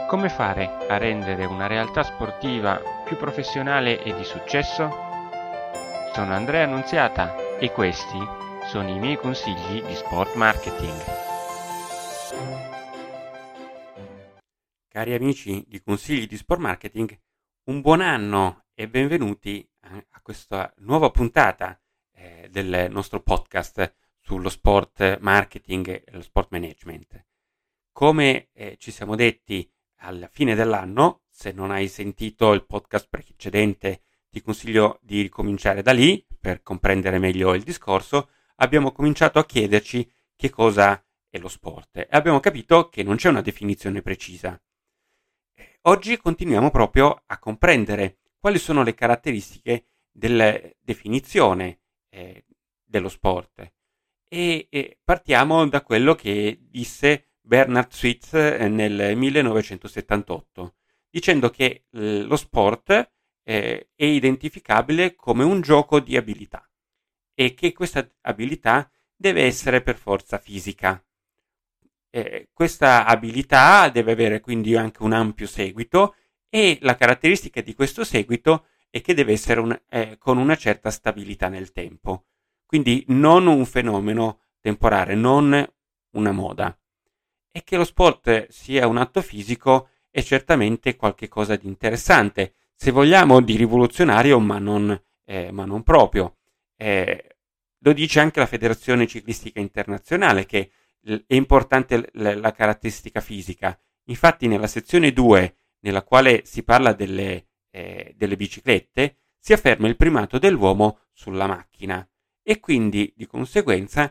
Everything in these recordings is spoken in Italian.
Come fare a rendere una realtà sportiva più professionale e di successo? Sono Andrea Annunziata e questi sono i miei consigli di sport marketing. Cari amici di Consigli di Sport Marketing, un buon anno e benvenuti a questa nuova puntata del nostro podcast sullo sport marketing e lo sport management. Come ci siamo detti alla fine dell'anno, se non hai sentito il podcast precedente ti consiglio di ricominciare da lì per comprendere meglio il discorso. Abbiamo cominciato a chiederci che cosa è lo sport e abbiamo capito che non c'è una definizione precisa. Oggi continuiamo proprio a comprendere quali sono le caratteristiche della definizione dello sport e partiamo da quello che disse Bernard Sweet nel 1978, dicendo che lo sport è identificabile come un gioco di abilità e che questa abilità deve essere per forza fisica. Questa abilità deve avere quindi anche un ampio seguito e la caratteristica di questo seguito è che deve essere con una certa stabilità nel tempo, quindi non un fenomeno temporale, non una moda. E che lo sport sia un atto fisico è certamente qualcosa di interessante, se vogliamo di rivoluzionario, ma non proprio. Lo dice anche la Federazione Ciclistica Internazionale, che è importante la caratteristica fisica. Infatti nella sezione 2, nella quale si parla delle biciclette, si afferma il primato dell'uomo sulla macchina e quindi di conseguenza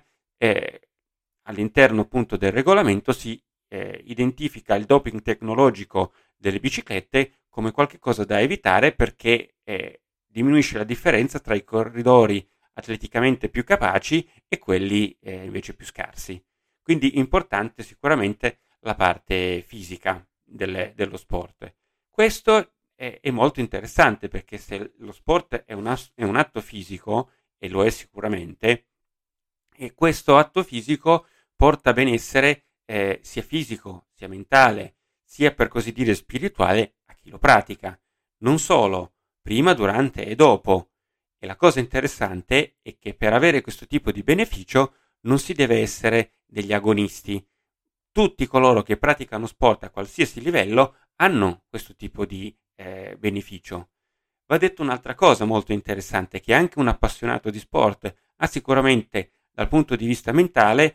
all'interno appunto del regolamento si identifica il doping tecnologico delle biciclette come qualcosa da evitare perché diminuisce la differenza tra i corridori atleticamente più capaci e quelli invece più scarsi. Quindi importante sicuramente la parte fisica dello sport. Questo è molto interessante perché se lo sport è un atto fisico, e lo è sicuramente, e questo atto fisico porta benessere sia fisico, sia mentale, sia per così dire spirituale a chi lo pratica. Non solo, prima, durante e dopo. E la cosa interessante è che per avere questo tipo di beneficio non si deve essere degli agonisti. Tutti coloro che praticano sport a qualsiasi livello hanno questo tipo di beneficio. Va detto un'altra cosa molto interessante, che anche un appassionato di sport ha sicuramente dal punto di vista mentale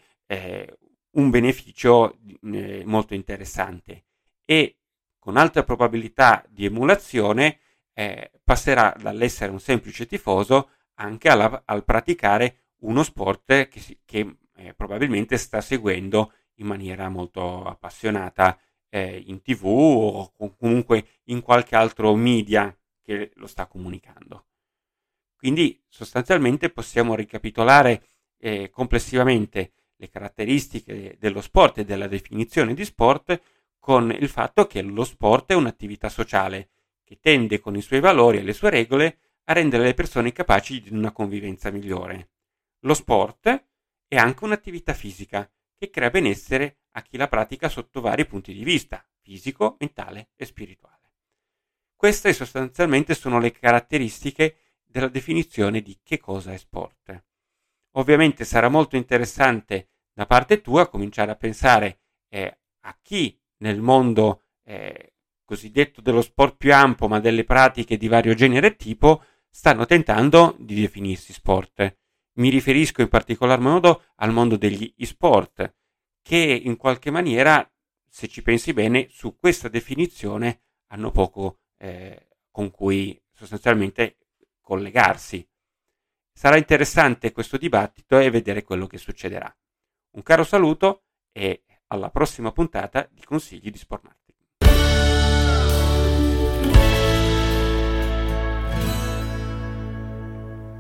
un beneficio molto interessante e con alta probabilità di emulazione passerà dall'essere un semplice tifoso anche al praticare uno sport che probabilmente sta seguendo in maniera molto appassionata in TV o comunque in qualche altro media che lo sta comunicando. Quindi sostanzialmente possiamo ricapitolare complessivamente le caratteristiche dello sport e della definizione di sport con il fatto che lo sport è un'attività sociale che tende con i suoi valori e le sue regole a rendere le persone capaci di una convivenza migliore. Lo sport è anche un'attività fisica che crea benessere a chi la pratica sotto vari punti di vista, fisico, mentale e spirituale. Queste sostanzialmente sono le caratteristiche della definizione di che cosa è sport. Ovviamente sarà molto interessante da parte tua cominciare a pensare a chi nel mondo cosiddetto dello sport più ampio, ma delle pratiche di vario genere e tipo, stanno tentando di definirsi sport. Mi riferisco in particolar modo al mondo degli e-sport, che in qualche maniera, se ci pensi bene, su questa definizione hanno poco con cui sostanzialmente collegarsi. Sarà interessante questo dibattito e vedere quello che succederà. Un caro saluto e alla prossima puntata di Consigli di Sport Marketing.